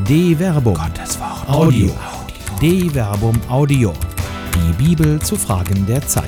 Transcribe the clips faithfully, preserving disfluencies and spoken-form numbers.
De Verbum. Gottes Wort. Audio. De Verbum Audio. Die Bibel zu Fragen der Zeit.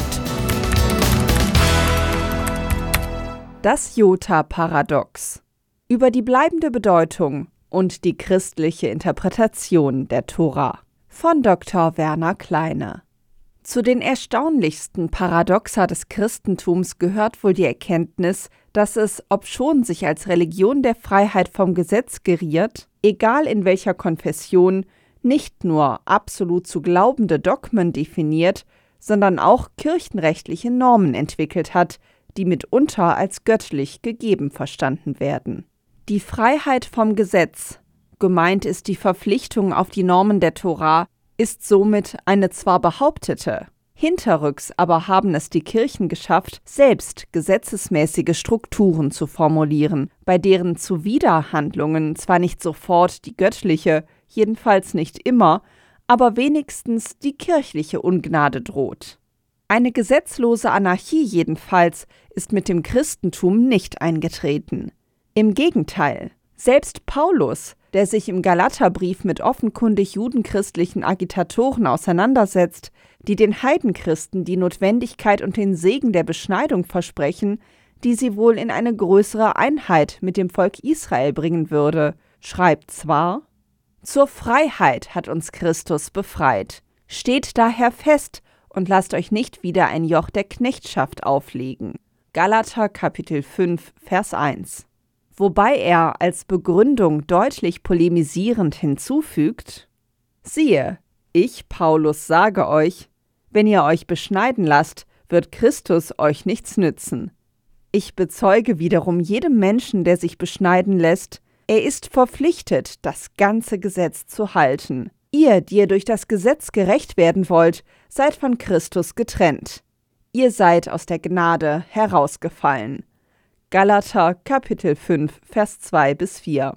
Das Jota-Paradox. Über die bleibende Bedeutung und die christliche Interpretation der Tora. Von Doktor Werner Kleine. Zu den erstaunlichsten Paradoxa des Christentums gehört wohl die Erkenntnis, dass es, obschon sich als Religion der Freiheit vom Gesetz geriert, egal in welcher Konfession, nicht nur absolut zu glaubende Dogmen definiert, sondern auch kirchenrechtliche Normen entwickelt hat, die mitunter als göttlich gegeben verstanden werden. Die Freiheit vom Gesetz, gemeint ist die Verpflichtung auf die Normen der Tora, ist somit eine zwar behauptete, hinterrücks aber haben es die Kirchen geschafft, selbst gesetzesmäßige Strukturen zu formulieren, bei deren Zuwiderhandlungen zwar nicht sofort die göttliche, jedenfalls nicht immer, aber wenigstens die kirchliche Ungnade droht. Eine gesetzlose Anarchie jedenfalls ist mit dem Christentum nicht eingetreten. Im Gegenteil, selbst Paulus, der sich im Galaterbrief mit offenkundig judenchristlichen Agitatoren auseinandersetzt, die den Heidenchristen die Notwendigkeit und den Segen der Beschneidung versprechen, die sie wohl in eine größere Einheit mit dem Volk Israel bringen würde, schreibt zwar: »Zur Freiheit hat uns Christus befreit. Steht daher fest und lasst euch nicht wieder ein Joch der Knechtschaft auflegen.« Galater Kapitel fünf, Vers eins. Wobei er als Begründung deutlich polemisierend hinzufügt: »Siehe, ich, Paulus, sage euch, wenn ihr euch beschneiden lasst, wird Christus euch nichts nützen. Ich bezeuge wiederum jedem Menschen, der sich beschneiden lässt, er ist verpflichtet, das ganze Gesetz zu halten. Ihr, die ihr durch das Gesetz gerecht werden wollt, seid von Christus getrennt. Ihr seid aus der Gnade herausgefallen.« Galater Kapitel fünf, Vers zwei bis vier.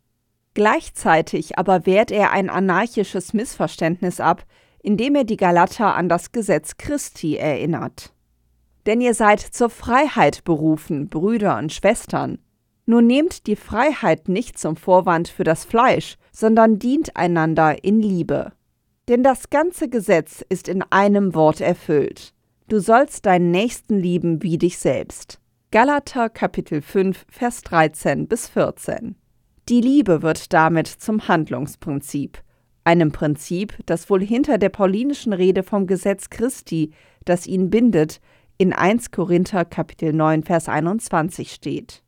Gleichzeitig aber wehrt er ein anarchisches Missverständnis ab, indem er die Galater an das Gesetz Christi erinnert. »Denn ihr seid zur Freiheit berufen, Brüder und Schwestern. Nur nehmt die Freiheit nicht zum Vorwand für das Fleisch, sondern dient einander in Liebe. Denn das ganze Gesetz ist in einem Wort erfüllt. Du sollst deinen Nächsten lieben wie dich selbst.« Galater Kapitel fünf, Vers dreizehn bis vierzehn. Die Liebe wird damit zum Handlungsprinzip, einem Prinzip, das wohl hinter der paulinischen Rede vom Gesetz Christi, das ihn bindet, in erster Korinther Kapitel neun, Vers einundzwanzig steht.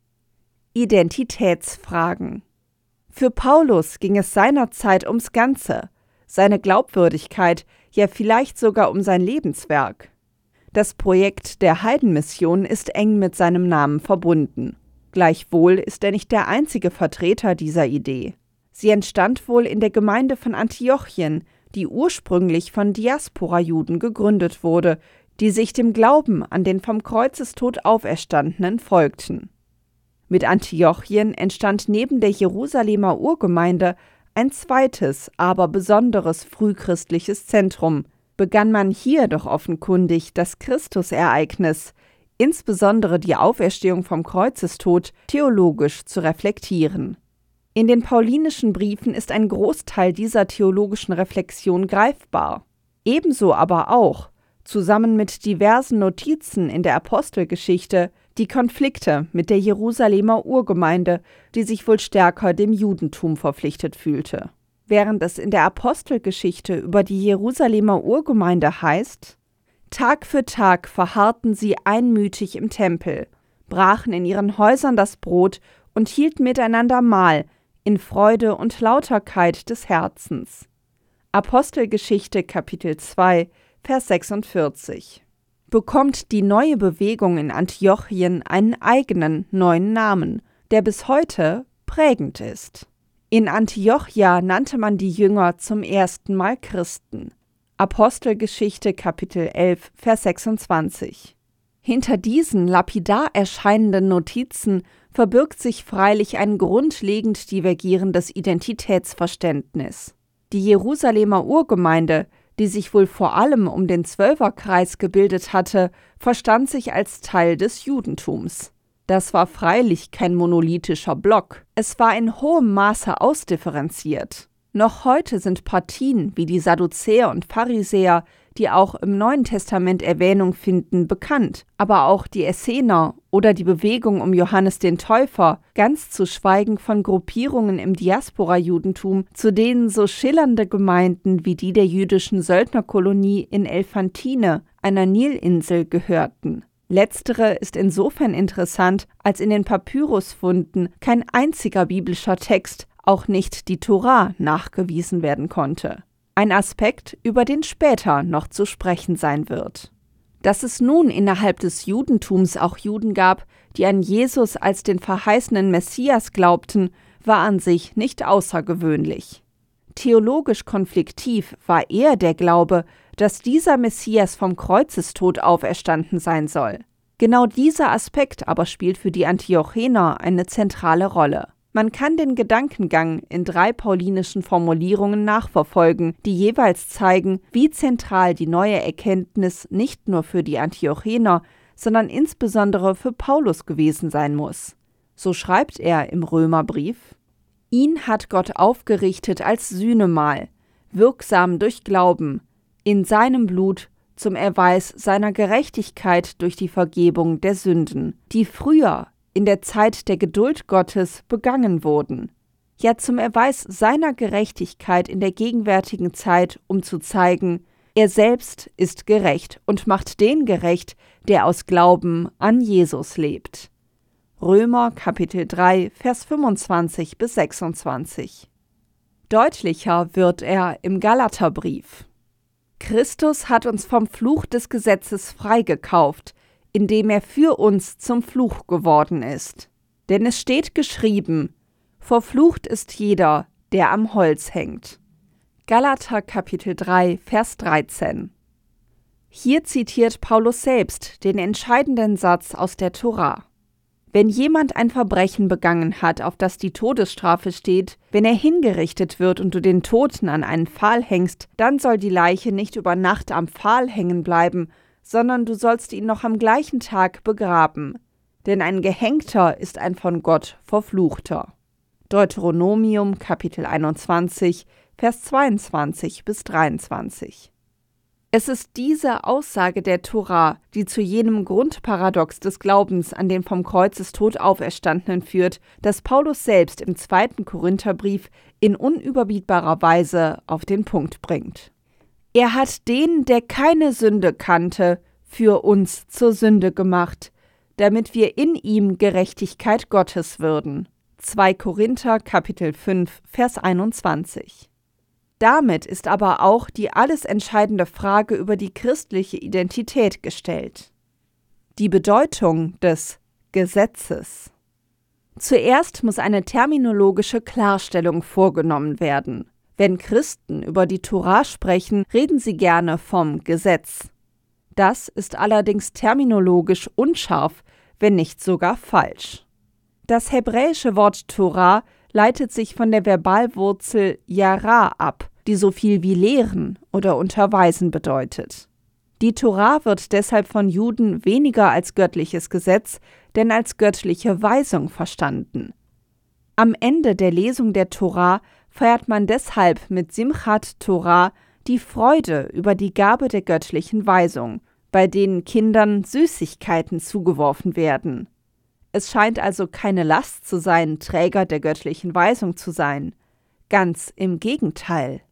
Identitätsfragen. Für Paulus ging es seinerzeit ums Ganze, seine Glaubwürdigkeit, ja vielleicht sogar um sein Lebenswerk. Das Projekt der Heidenmission ist eng mit seinem Namen verbunden. Gleichwohl ist er nicht der einzige Vertreter dieser Idee. Sie entstand wohl in der Gemeinde von Antiochien, die ursprünglich von Diaspora-Juden gegründet wurde, die sich dem Glauben an den vom Kreuzestod Auferstandenen folgten. Mit Antiochien entstand neben der Jerusalemer Urgemeinde ein zweites, aber besonderes frühchristliches Zentrum. Begann man hier doch offenkundig das Christusereignis, insbesondere die Auferstehung vom Kreuzestod, theologisch zu reflektieren. In den paulinischen Briefen ist ein Großteil dieser theologischen Reflexion greifbar. Ebenso aber auch, zusammen mit diversen Notizen in der Apostelgeschichte, die Konflikte mit der Jerusalemer Urgemeinde, die sich wohl stärker dem Judentum verpflichtet fühlte. Während es in der Apostelgeschichte über die Jerusalemer Urgemeinde heißt: »Tag für Tag verharrten sie einmütig im Tempel, brachen in ihren Häusern das Brot und hielten miteinander Mahl in Freude und Lauterkeit des Herzens.« Apostelgeschichte Kapitel zwei, Vers sechsundvierzig. Bekommt die neue Bewegung in Antiochien einen eigenen neuen Namen, der bis heute prägend ist. In Antiochia nannte man die Jünger zum ersten Mal Christen. Apostelgeschichte Kapitel elf, Vers sechsundzwanzig. Hinter diesen lapidar erscheinenden Notizen verbirgt sich freilich ein grundlegend divergierendes Identitätsverständnis. Die Jerusalemer Urgemeinde, die sich wohl vor allem um den Zwölferkreis gebildet hatte, verstand sich als Teil des Judentums. Das war freilich kein monolithischer Block, es war in hohem Maße ausdifferenziert. Noch heute sind Partien wie die Sadduzäer und Pharisäer, die auch im Neuen Testament Erwähnung finden, bekannt, aber auch die Essener oder die Bewegung um Johannes den Täufer, ganz zu schweigen von Gruppierungen im Diaspora-Judentum, zu denen so schillernde Gemeinden wie die der jüdischen Söldnerkolonie in Elefantine, einer Nilinsel, gehörten. Letztere ist insofern interessant, als in den Papyrusfunden kein einziger biblischer Text, auch nicht die Tora, nachgewiesen werden konnte. Ein Aspekt, über den später noch zu sprechen sein wird. Dass es nun innerhalb des Judentums auch Juden gab, die an Jesus als den verheißenen Messias glaubten, war an sich nicht außergewöhnlich. Theologisch konfliktiv war eher der Glaube, dass dieser Messias vom Kreuzestod auferstanden sein soll. Genau dieser Aspekt aber spielt für die Antiochener eine zentrale Rolle. Man kann den Gedankengang in drei paulinischen Formulierungen nachverfolgen, die jeweils zeigen, wie zentral die neue Erkenntnis nicht nur für die Antiochener, sondern insbesondere für Paulus gewesen sein muss. So schreibt er im Römerbrief: Ihn hat Gott aufgerichtet als Sühnemahl, wirksam durch Glauben, in seinem Blut zum Erweis seiner Gerechtigkeit durch die Vergebung der Sünden, die früher in der Zeit der Geduld Gottes begangen wurden, ja zum Erweis seiner Gerechtigkeit in der gegenwärtigen Zeit, um zu zeigen, er selbst ist gerecht und macht den gerecht, der aus Glauben an Jesus lebt. Römer Kapitel drei, Vers fünfundzwanzig bis sechsundzwanzig. Deutlicher wird er im Galaterbrief. Christus hat uns vom Fluch des Gesetzes freigekauft, indem er für uns zum Fluch geworden ist. Denn es steht geschrieben: Verflucht ist jeder, der am Holz hängt. Galater Kapitel drei, Vers dreizehn. Hier zitiert Paulus selbst den entscheidenden Satz aus der Tora. Wenn jemand ein Verbrechen begangen hat, auf das die Todesstrafe steht, wenn er hingerichtet wird und du den Toten an einen Pfahl hängst, dann soll die Leiche nicht über Nacht am Pfahl hängen bleiben, sondern du sollst ihn noch am gleichen Tag begraben. Denn ein Gehängter ist ein von Gott Verfluchter. Deuteronomium Kapitel einundzwanzig, Vers zweiundzwanzig bis dreiundzwanzig. Es ist diese Aussage der Tora, die zu jenem Grundparadox des Glaubens an den vom Kreuzestod Auferstandenen führt, das Paulus selbst im zweiten Korintherbrief in unüberbietbarer Weise auf den Punkt bringt. Er hat den, der keine Sünde kannte, für uns zur Sünde gemacht, damit wir in ihm Gerechtigkeit Gottes würden. zwei Korinther Kapitel fünf, Vers einundzwanzig. Damit ist aber auch die alles entscheidende Frage über die christliche Identität gestellt. Die Bedeutung des Gesetzes. Zuerst muss eine terminologische Klarstellung vorgenommen werden. Wenn Christen über die Tora sprechen, reden sie gerne vom Gesetz. Das ist allerdings terminologisch unscharf, wenn nicht sogar falsch. Das hebräische Wort Tora leitet sich von der Verbalwurzel yara ab, die so viel wie lehren oder unterweisen bedeutet. Die Tora wird deshalb von Juden weniger als göttliches Gesetz, denn als göttliche Weisung verstanden. Am Ende der Lesung der Tora feiert man deshalb mit Simchat Torah die Freude über die Gabe der göttlichen Weisung, bei denen Kindern Süßigkeiten zugeworfen werden. Es scheint also keine Last zu sein, Träger der göttlichen Weisung zu sein. Ganz im Gegenteil.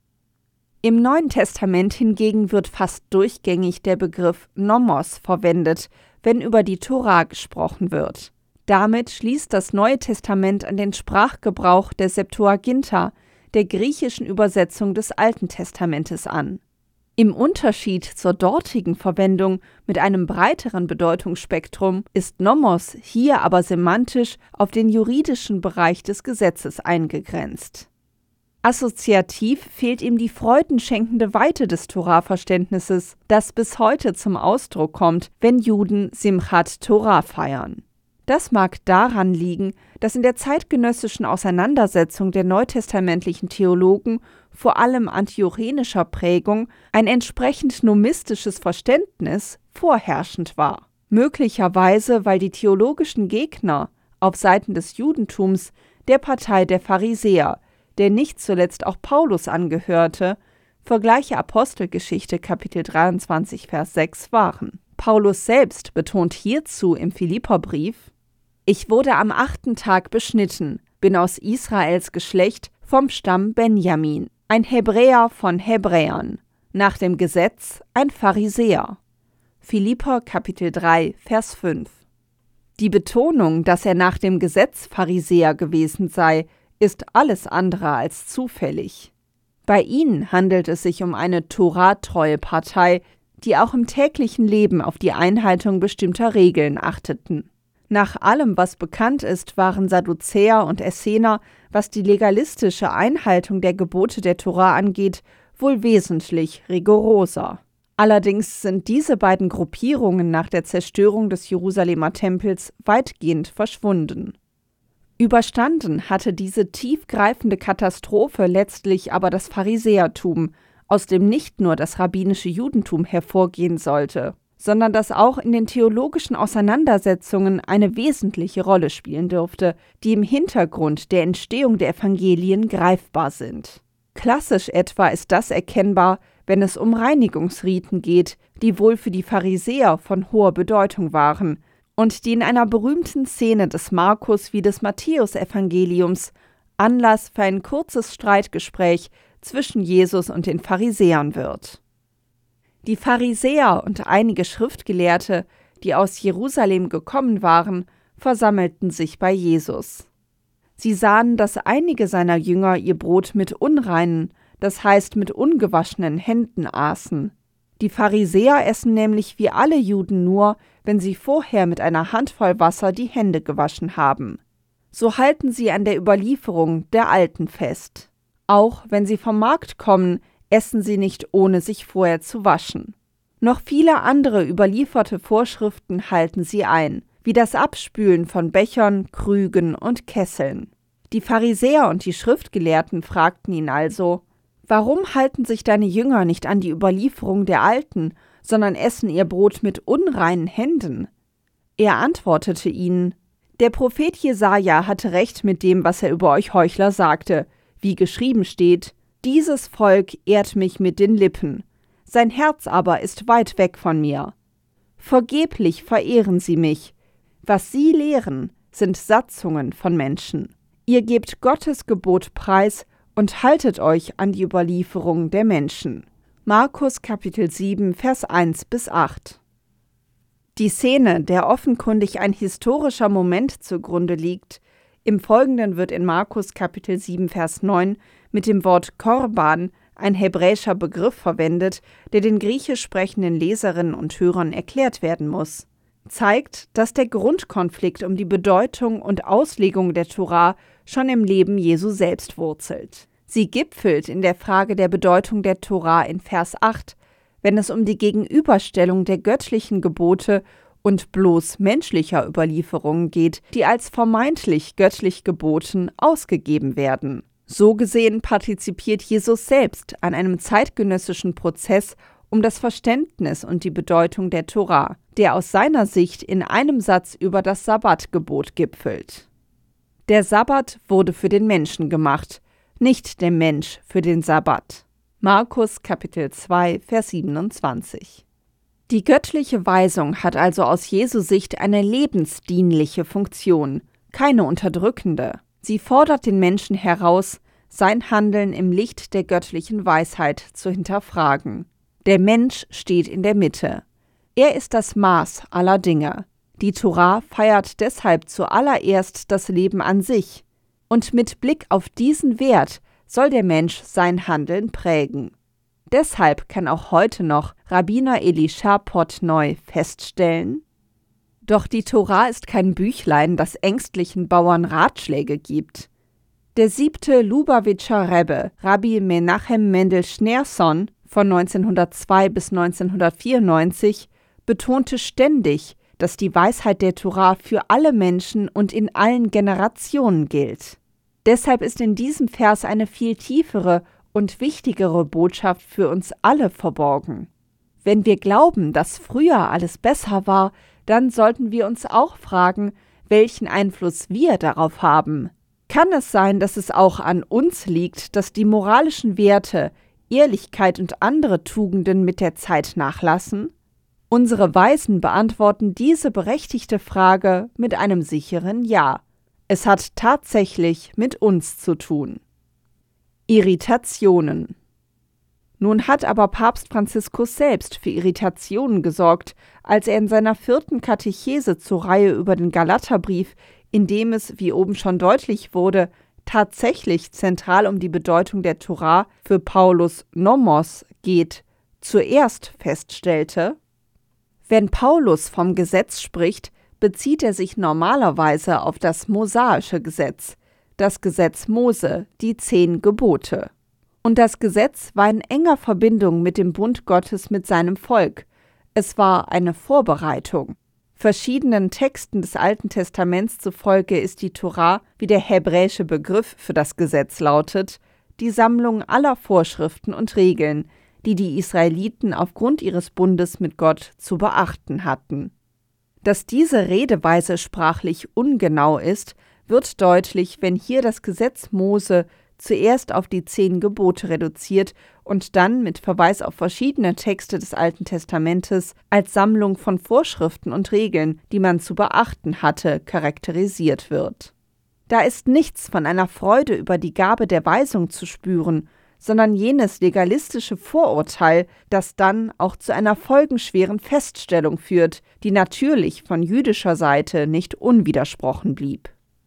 Im Neuen Testament hingegen wird fast durchgängig der Begriff Nomos verwendet, wenn über die Tora gesprochen wird. Damit schließt das Neue Testament an den Sprachgebrauch der Septuaginta, der griechischen Übersetzung des Alten Testamentes, an. Im Unterschied zur dortigen Verwendung mit einem breiteren Bedeutungsspektrum ist Nomos hier aber semantisch auf den juridischen Bereich des Gesetzes eingegrenzt. Assoziativ fehlt ihm die freudenschenkende Weite des Tora-Verständnisses, das bis heute zum Ausdruck kommt, wenn Juden Simchat Torah feiern. Das mag daran liegen, dass in der zeitgenössischen Auseinandersetzung der neutestamentlichen Theologen, vor allem antiochenischer Prägung, ein entsprechend nomistisches Verständnis vorherrschend war. möglicherweise weil die theologischen Gegner auf Seiten des Judentums der Partei der Pharisäer, der nicht zuletzt auch Paulus angehörte, vergleiche Apostelgeschichte Kapitel dreiundzwanzig, Vers sechs waren. Paulus selbst betont hierzu im Philipperbrief: Ich wurde am achten Tag beschnitten, bin aus Israels Geschlecht vom Stamm Benjamin, ein Hebräer von Hebräern, nach dem Gesetz ein Pharisäer. Philipper Kapitel drei, Vers fünf. Die Betonung, dass er nach dem Gesetz Pharisäer gewesen sei, ist alles andere als zufällig. Bei ihnen handelt es sich um eine Toratreue Partei, die auch im täglichen Leben auf die Einhaltung bestimmter Regeln achteten. Nach allem, was bekannt ist, waren Sadduzäer und Essener, was die legalistische Einhaltung der Gebote der Tora angeht, wohl wesentlich rigoroser. Allerdings sind diese beiden Gruppierungen nach der Zerstörung des Jerusalemer Tempels weitgehend verschwunden. Überstanden hatte diese tiefgreifende Katastrophe letztlich aber das Pharisäertum, aus dem nicht nur das rabbinische Judentum hervorgehen sollte, sondern das auch in den theologischen Auseinandersetzungen eine wesentliche Rolle spielen dürfte, die im Hintergrund der Entstehung der Evangelien greifbar sind. Klassisch etwa ist das erkennbar, wenn es um Reinigungsriten geht, die wohl für die Pharisäer von hoher Bedeutung waren und die in einer berühmten Szene des Markus wie des Matthäusevangeliums Anlass für ein kurzes Streitgespräch zwischen Jesus und den Pharisäern wird. Die Pharisäer und einige Schriftgelehrte, die aus Jerusalem gekommen waren, versammelten sich bei Jesus. Sie sahen, dass einige seiner Jünger ihr Brot mit unreinen, das heißt mit ungewaschenen Händen aßen. Die Pharisäer essen nämlich wie alle Juden nur, wenn sie vorher mit einer Handvoll Wasser die Hände gewaschen haben. So halten sie an der Überlieferung der Alten fest. Auch wenn sie vom Markt kommen, essen sie nicht, ohne sich vorher zu waschen. Noch viele andere überlieferte Vorschriften halten sie ein, wie das Abspülen von Bechern, Krügen und Kesseln. Die Pharisäer und die Schriftgelehrten fragten ihn also: Warum halten sich deine Jünger nicht an die Überlieferung der Alten, sondern essen ihr Brot mit unreinen Händen? Er antwortete ihnen: Der Prophet Jesaja hatte recht mit dem, was er über euch Heuchler sagte, wie geschrieben steht: Dieses Volk ehrt mich mit den Lippen, sein Herz aber ist weit weg von mir. Vergeblich verehren sie mich. Was sie lehren, sind Satzungen von Menschen. Ihr gebt Gottes Gebot preis und haltet euch an die Überlieferung der Menschen. Markus Kapitel sieben, Vers eins bis acht. Die Szene, der offenkundig ein historischer Moment zugrunde liegt, im Folgenden wird in Markus Kapitel sieben, Vers neun mit dem Wort Korban ein hebräischer Begriff verwendet, der den griechisch sprechenden Leserinnen und Hörern erklärt werden muss, zeigt, dass der Grundkonflikt um die Bedeutung und Auslegung der Tora schon im Leben Jesu selbst wurzelt. Sie gipfelt in der Frage der Bedeutung der Tora in Vers acht, wenn es um die Gegenüberstellung der göttlichen Gebote und bloß menschlicher Überlieferungen geht, die als vermeintlich göttlich geboten ausgegeben werden. So gesehen partizipiert Jesus selbst an einem zeitgenössischen Prozess um das Verständnis und die Bedeutung der Tora, der aus seiner Sicht in einem Satz über das Sabbatgebot gipfelt. Der Sabbat wurde für den Menschen gemacht, nicht der Mensch für den Sabbat. Markus Kapitel zwei, Vers siebenundzwanzig. Die göttliche Weisung hat also aus Jesu Sicht eine lebensdienliche Funktion, keine unterdrückende. Sie fordert den Menschen heraus, sein Handeln im Licht der göttlichen Weisheit zu hinterfragen. Der Mensch steht in der Mitte. Er ist das Maß aller Dinge. Die Tora feiert deshalb zuallererst das Leben an sich. Und mit Blick auf diesen Wert soll der Mensch sein Handeln prägen. Deshalb kann auch heute noch Rabbiner Elisha Portnoy feststellen: Doch die Tora ist kein Büchlein, das ängstlichen Bauern Ratschläge gibt. Der siebte Lubavitcher Rebbe, Rabbi Menachem Mendel Schneerson von neunzehnhundertzwei bis neunzehnhundertvierundneunzig, betonte ständig, dass die Weisheit der Tora für alle Menschen und in allen Generationen gilt. Deshalb ist in diesem Vers eine viel tiefere und wichtigere Botschaft für uns alle verborgen. Wenn wir glauben, dass früher alles besser war, dann sollten wir uns auch fragen, welchen Einfluss wir darauf haben. Kann es sein, dass es auch an uns liegt, dass die moralischen Werte, Ehrlichkeit und andere Tugenden mit der Zeit nachlassen? Unsere Weisen beantworten diese berechtigte Frage mit einem sicheren Ja. Es hat tatsächlich mit uns zu tun. Irritationen. Nun hat aber Papst Franziskus selbst für Irritationen gesorgt, als er in seiner vierten Katechese zur Reihe über den Galaterbrief, in dem es, wie oben schon deutlich wurde, tatsächlich zentral um die Bedeutung der Tora für Paulus Nomos geht, zuerst feststellte: Wenn Paulus vom Gesetz spricht, bezieht er sich normalerweise auf das mosaische Gesetz, das Gesetz Mose, die zehn Gebote. Und das Gesetz war in enger Verbindung mit dem Bund Gottes mit seinem Volk. Es war eine Vorbereitung. Verschiedenen Texten des Alten Testaments zufolge ist die Tora, wie der hebräische Begriff für das Gesetz lautet, die Sammlung aller Vorschriften und Regeln, die die Israeliten aufgrund ihres Bundes mit Gott zu beachten hatten. Dass diese Redeweise sprachlich ungenau ist, wird deutlich, wenn hier das Gesetz Mose zuerst auf die zehn Gebote reduziert und dann mit Verweis auf verschiedene Texte des Alten Testamentes als Sammlung von Vorschriften und Regeln, die man zu beachten hatte, charakterisiert wird. Da ist nichts von einer Freude über die Gabe der Weisung zu spüren, sondern jenes legalistische Vorurteil, das dann auch zu einer folgenschweren Feststellung führt, die natürlich von jüdischer Seite nicht unwidersprochen blieb.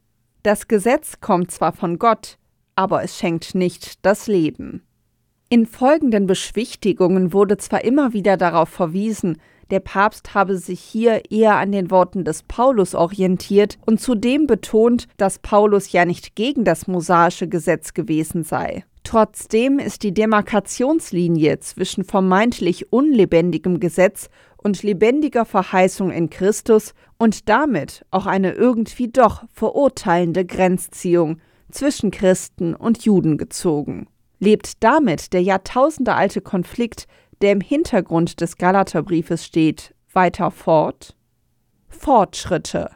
Das Gesetz kommt zwar von Gott, aber es schenkt nicht das Leben. In folgenden Beschwichtigungen wurde zwar immer wieder darauf verwiesen, der Papst habe sich hier eher an den Worten des Paulus orientiert und zudem betont, dass Paulus ja nicht gegen das mosaische Gesetz gewesen sei. Trotzdem ist die Demarkationslinie zwischen vermeintlich unlebendigem Gesetz und lebendiger Verheißung in Christus und damit auch eine irgendwie doch verurteilende Grenzziehung zwischen Christen und Juden gezogen. Lebt damit der jahrtausendealte Konflikt, der im Hintergrund des Galaterbriefes steht, weiter fort? Fortschritte.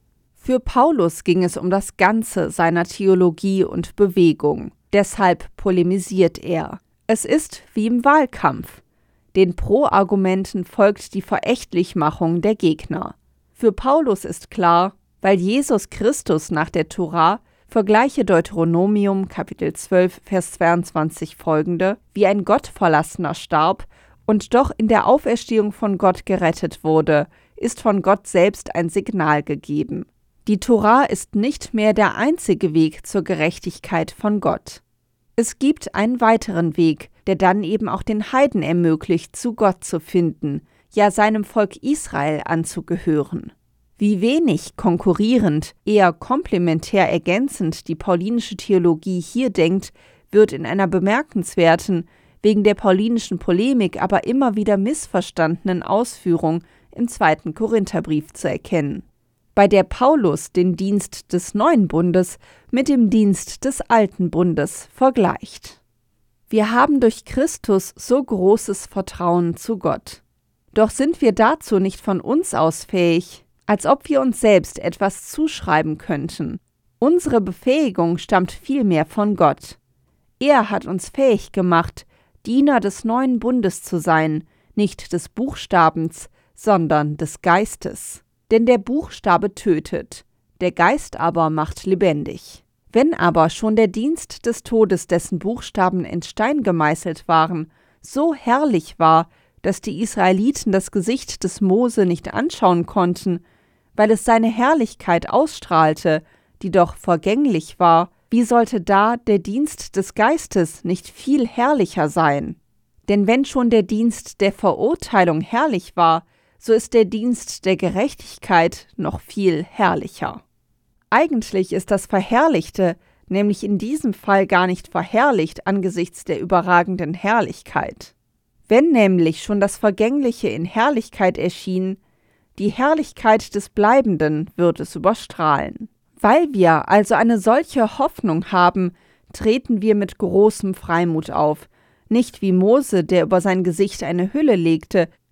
Für Paulus ging es um das Ganze seiner Theologie und Bewegung. Deshalb polemisiert er. Es ist wie im Wahlkampf. Den Pro-Argumenten folgt die Verächtlichmachung der Gegner. Für Paulus ist klar, weil Jesus Christus nach der Tora, vergleiche Deuteronomium Kapitel zwölf, Vers zweiundzwanzig folgende, wie ein Gottverlassener starb und doch in der Auferstehung von Gott gerettet wurde, ist von Gott selbst ein Signal gegeben. Die Tora ist nicht mehr der einzige Weg zur Gerechtigkeit von Gott. Es gibt einen weiteren Weg, der dann eben auch den Heiden ermöglicht, zu Gott zu finden, ja seinem Volk Israel anzugehören. Wie wenig konkurrierend, eher komplementär ergänzend die paulinische Theologie hier denkt, wird in einer bemerkenswerten, wegen der paulinischen Polemik aber immer wieder missverstandenen Ausführung im zweiten Korintherbrief zu erkennen, bei der Paulus den Dienst des neuen Bundes mit dem Dienst des alten Bundes vergleicht. Wir haben durch Christus so großes Vertrauen zu Gott. Doch sind wir dazu nicht von uns aus fähig, als ob wir uns selbst etwas zuschreiben könnten. Unsere Befähigung stammt vielmehr von Gott. Er hat uns fähig gemacht, Diener des neuen Bundes zu sein, nicht des Buchstabens, sondern des Geistes. Denn der Buchstabe tötet, der Geist aber macht lebendig. Wenn aber schon der Dienst des Todes, dessen Buchstaben in Stein gemeißelt waren, so herrlich war, dass die Israeliten das Gesicht des Mose nicht anschauen konnten, weil es seine Herrlichkeit ausstrahlte, die doch vergänglich war, wie sollte da der Dienst des Geistes nicht viel herrlicher sein? Denn wenn schon der Dienst der Verurteilung herrlich war, so ist der Dienst der Gerechtigkeit noch viel herrlicher. Eigentlich ist das Verherrlichte, nämlich in diesem Fall gar nicht verherrlicht angesichts der überragenden Herrlichkeit. Wenn nämlich schon das Vergängliche in Herrlichkeit erschien, die Herrlichkeit des Bleibenden wird es überstrahlen. Weil wir also eine solche Hoffnung haben, treten wir mit großem Freimut auf, nicht wie Mose, der über sein Gesicht eine Hülle legte,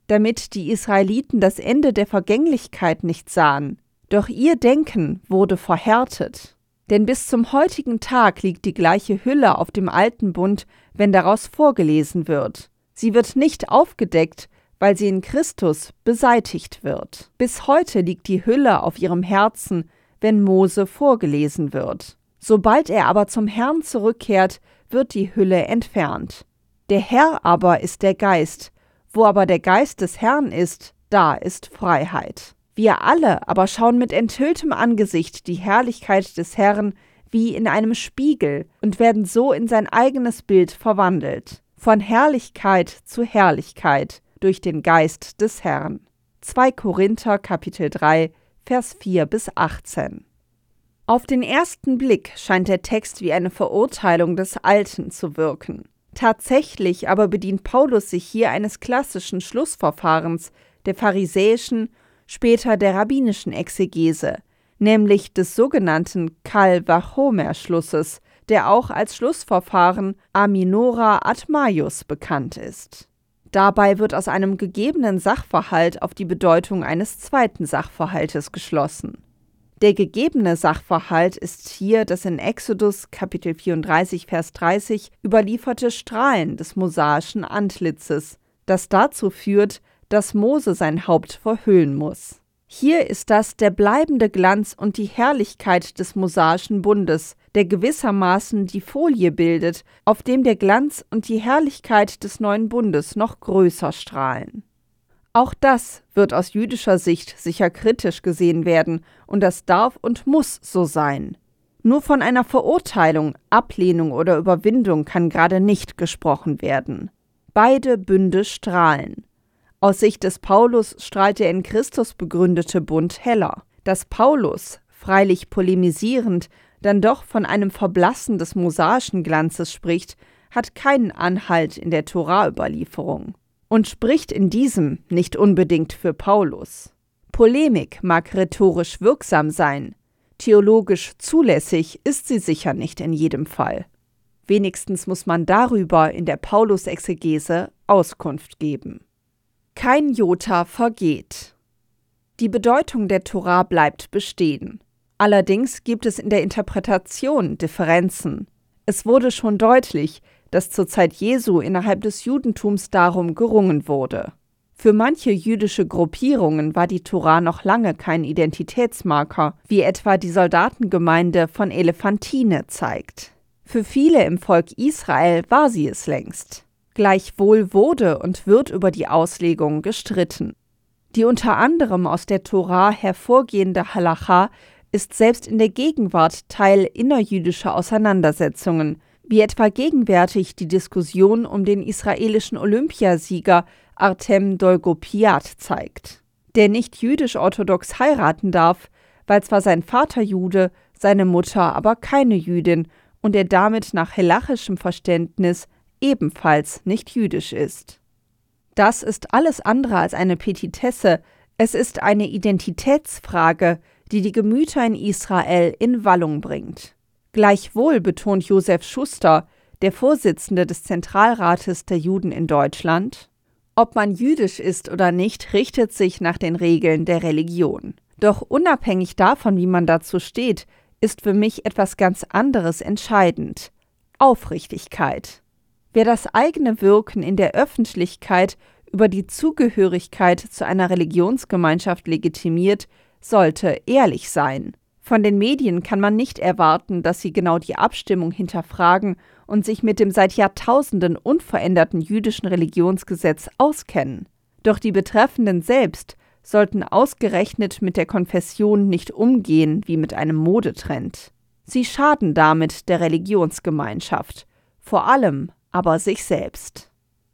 damit die Israeliten das Ende der Vergänglichkeit nicht sahen. Doch ihr Denken wurde verhärtet. Denn bis zum heutigen Tag liegt die gleiche Hülle auf dem alten Bund, wenn daraus vorgelesen wird. Sie wird nicht aufgedeckt, weil sie in Christus beseitigt wird. Bis heute liegt die Hülle auf ihrem Herzen, wenn Mose vorgelesen wird. Sobald er aber zum Herrn zurückkehrt, wird die Hülle entfernt. Der Herr aber ist der Geist. Wo aber der Geist des Herrn ist, da ist Freiheit. Wir alle aber schauen mit enthülltem Angesicht die Herrlichkeit des Herrn wie in einem Spiegel und werden so in sein eigenes Bild verwandelt. Von Herrlichkeit zu Herrlichkeit durch den Geist des Herrn. zweiter Korinther, Kapitel drei, Vers vier bis achtzehn. Auf den ersten Blick scheint der Text wie eine Verurteilung des Alten zu wirken. Tatsächlich aber bedient Paulus sich hier eines klassischen Schlussverfahrens der pharisäischen, später der rabbinischen Exegese, nämlich des sogenannten Kal Vachomer-Schlusses, der auch als Schlussverfahren a minora ad maius bekannt ist. Dabei wird aus einem gegebenen Sachverhalt auf die Bedeutung eines zweiten Sachverhaltes geschlossen. Der gegebene Sachverhalt ist hier das in Exodus Kapitel vierunddreißig, Vers dreißig überlieferte Strahlen des mosaischen Antlitzes, das dazu führt, dass Mose sein Haupt verhüllen muss. Hier ist das der bleibende Glanz und die Herrlichkeit des mosaischen Bundes, der gewissermaßen die Folie bildet, auf dem der Glanz und die Herrlichkeit des neuen Bundes noch größer strahlen. Auch das wird aus jüdischer Sicht sicher kritisch gesehen werden, und das darf und muss so sein. Nur von einer Verurteilung, Ablehnung oder Überwindung kann gerade nicht gesprochen werden. Beide Bünde strahlen. Aus Sicht des Paulus strahlt der in Christus begründete Bund heller. Dass Paulus, freilich polemisierend, dann doch von einem Verblassen des mosaischen Glanzes spricht, hat keinen Anhalt in der Tora-Überlieferung und spricht in diesem nicht unbedingt für Paulus. Polemik mag rhetorisch wirksam sein, theologisch zulässig ist sie sicher nicht in jedem Fall. Wenigstens muss man darüber in der Paulus-Exegese Auskunft geben. Kein Jota vergeht. Die Bedeutung der Tora bleibt bestehen. Allerdings gibt es in der Interpretation Differenzen. Es wurde schon deutlich, dass zur Zeit Jesu innerhalb des Judentums darum gerungen wurde. Für manche jüdische Gruppierungen war die Tora noch lange kein Identitätsmarker, wie etwa die Soldatengemeinde von Elephantine zeigt. Für viele im Volk Israel war sie es längst. Gleichwohl wurde und wird über die Auslegung gestritten. Die unter anderem aus der Tora hervorgehende Halacha ist selbst in der Gegenwart Teil innerjüdischer Auseinandersetzungen, wie etwa gegenwärtig die Diskussion um den israelischen Olympiasieger Artem Dolgopiat zeigt, der nicht jüdisch-orthodox heiraten darf, weil zwar sein Vater Jude, seine Mutter aber keine Jüdin und er damit nach halachischem Verständnis ebenfalls nicht jüdisch ist. Das ist alles andere als eine Petitesse, es ist eine Identitätsfrage, die die Gemüter in Israel in Wallung bringt. Gleichwohl betont Josef Schuster, der Vorsitzende des Zentralrates der Juden in Deutschland, ob man jüdisch ist oder nicht, richtet sich nach den Regeln der Religion. Doch unabhängig davon, wie man dazu steht, ist für mich etwas ganz anderes entscheidend: Aufrichtigkeit. Wer das eigene Wirken in der Öffentlichkeit über die Zugehörigkeit zu einer Religionsgemeinschaft legitimiert, sollte ehrlich sein. Von den Medien kann man nicht erwarten, dass sie genau die Abstimmung hinterfragen und sich mit dem seit Jahrtausenden unveränderten jüdischen Religionsgesetz auskennen. Doch die Betreffenden selbst sollten ausgerechnet mit der Konfession nicht umgehen wie mit einem Modetrend. Sie schaden damit der Religionsgemeinschaft, vor allem aber sich selbst.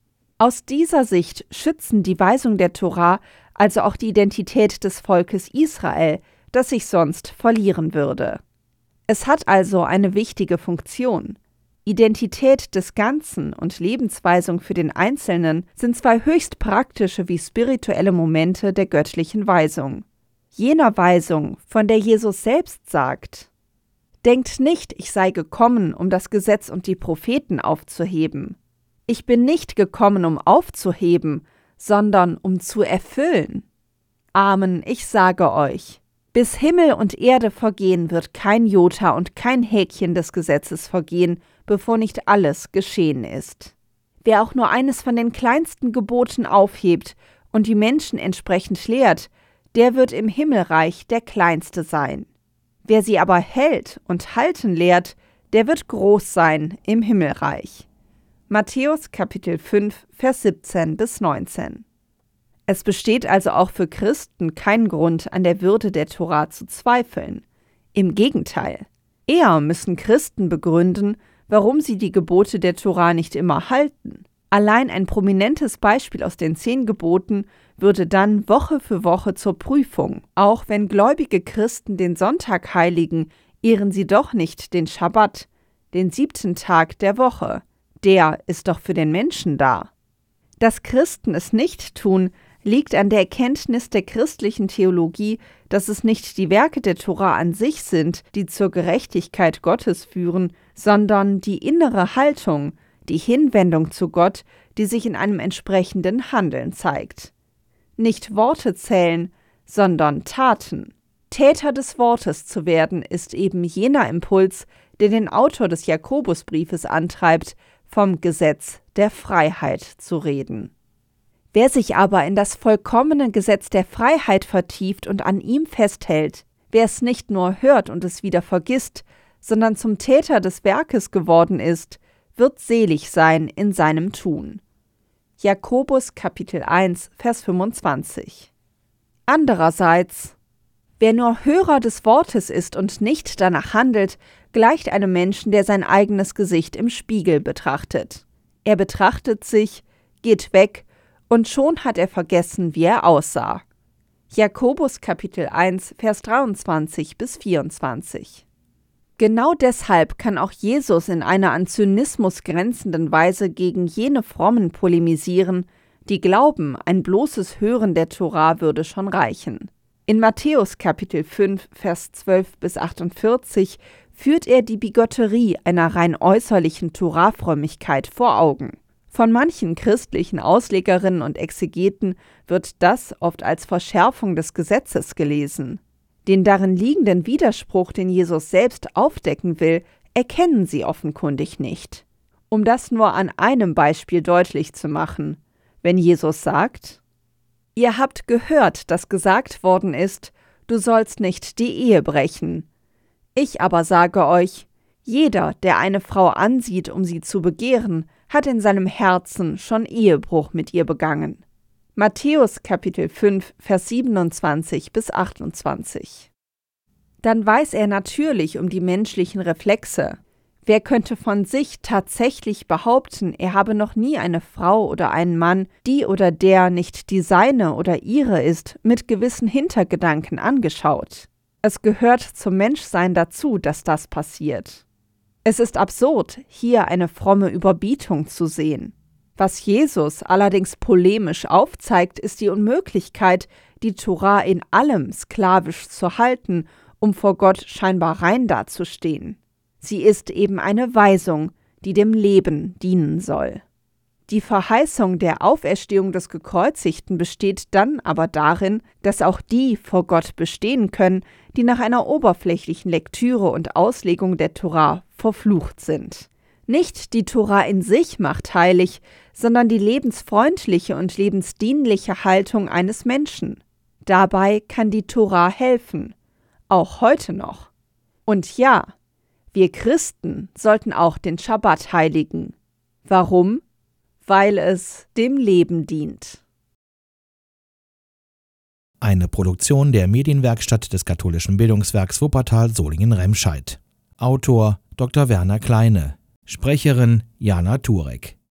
Aus dieser Sicht schützen die Weisungen der Tora also auch die Identität des Volkes Israel, das sich sonst verlieren würde. Es hat also eine wichtige Funktion. Identität des Ganzen und Lebensweisung für den Einzelnen sind zwei höchst praktische wie spirituelle Momente der göttlichen Weisung. Jener Weisung, von der Jesus selbst sagt: Denkt nicht, ich sei gekommen, um das Gesetz und die Propheten aufzuheben. Ich bin nicht gekommen, um aufzuheben, sondern um zu erfüllen. Amen, ich sage euch, bis Himmel und Erde vergehen, wird kein Jota und kein Häkchen des Gesetzes vergehen, bevor nicht alles geschehen ist. Wer auch nur eines von den kleinsten Geboten aufhebt und die Menschen entsprechend lehrt, der wird im Himmelreich der Kleinste sein. Wer sie aber hält und halten lehrt, der wird groß sein im Himmelreich. Matthäus Kapitel fünf, Vers siebzehn bis neunzehn. Es besteht also auch für Christen kein Grund, an der Würde der Tora zu zweifeln. Im Gegenteil. Eher müssen Christen begründen, warum sie die Gebote der Tora nicht immer halten. Allein ein prominentes Beispiel aus den zehn Geboten würde dann Woche für Woche zur Prüfung. Auch wenn gläubige Christen den Sonntag heiligen, ehren sie doch nicht den Schabbat, den siebten Tag der Woche. Der ist doch für den Menschen da. Dass Christen es nicht tun, liegt an der Erkenntnis der christlichen Theologie, dass es nicht die Werke der Tora an sich sind, die zur Gerechtigkeit Gottes führen, sondern die innere Haltung, die Hinwendung zu Gott, die sich in einem entsprechenden Handeln zeigt. Nicht Worte zählen, sondern Taten. Täter des Wortes zu werden, ist eben jener Impuls, der den Autor des Jakobusbriefes antreibt, vom Gesetz der Freiheit zu reden. Wer sich aber in das vollkommene Gesetz der Freiheit vertieft und an ihm festhält, wer es nicht nur hört und es wieder vergisst, sondern zum Täter des Werkes geworden ist, wird selig sein in seinem Tun. Jakobus Kapitel eins, Vers fünfundzwanzig. Andererseits, wer nur Hörer des Wortes ist und nicht danach handelt, gleicht einem Menschen, der sein eigenes Gesicht im Spiegel betrachtet. Er betrachtet sich, geht weg, und schon hat er vergessen, wie er aussah. Jakobus Kapitel eins, Vers dreiundzwanzig bis vierundzwanzig. Genau deshalb kann auch Jesus in einer an Zynismus grenzenden Weise gegen jene Frommen polemisieren, die glauben, ein bloßes Hören der Tora würde schon reichen. In Matthäus Kapitel fünf, Vers zwölf bis achtundvierzig führt er die Bigotterie einer rein äußerlichen Torafrömmigkeit vor Augen. Von manchen christlichen Auslegerinnen und Exegeten wird das oft als Verschärfung des Gesetzes gelesen. Den darin liegenden Widerspruch, den Jesus selbst aufdecken will, erkennen sie offenkundig nicht. Um das nur an einem Beispiel deutlich zu machen, wenn Jesus sagt: Ihr habt gehört, dass gesagt worden ist, du sollst nicht die Ehe brechen. Ich aber sage euch, jeder, der eine Frau ansieht, um sie zu begehren, hat in seinem Herzen schon Ehebruch mit ihr begangen. Matthäus Kapitel fünf, Vers siebenundzwanzig bis achtundzwanzig. Dann weiß er natürlich um die menschlichen Reflexe. Wer könnte von sich tatsächlich behaupten, er habe noch nie eine Frau oder einen Mann, die oder der nicht die seine oder ihre ist, mit gewissen Hintergedanken angeschaut? Es gehört zum Menschsein dazu, dass das passiert. Es ist absurd, hier eine fromme Überbietung zu sehen. Was Jesus allerdings polemisch aufzeigt, ist die Unmöglichkeit, die Tora in allem sklavisch zu halten, um vor Gott scheinbar rein dazustehen. Sie ist eben eine Weisung, die dem Leben dienen soll. Die Verheißung der Auferstehung des Gekreuzigten besteht dann aber darin, dass auch die vor Gott bestehen können, die nach einer oberflächlichen Lektüre und Auslegung der Tora verflucht sind. Nicht die Tora in sich macht heilig, sondern die lebensfreundliche und lebensdienliche Haltung eines Menschen. Dabei kann die Tora helfen, auch heute noch. Und ja, wir Christen sollten auch den Schabbat heiligen. Warum? Weil es dem Leben dient. Eine Produktion der Medienwerkstatt des katholischen Bildungswerks Wuppertal Solingen-Remscheid. Autor Doktor Werner Kleine. Sprecherin Jana Turek.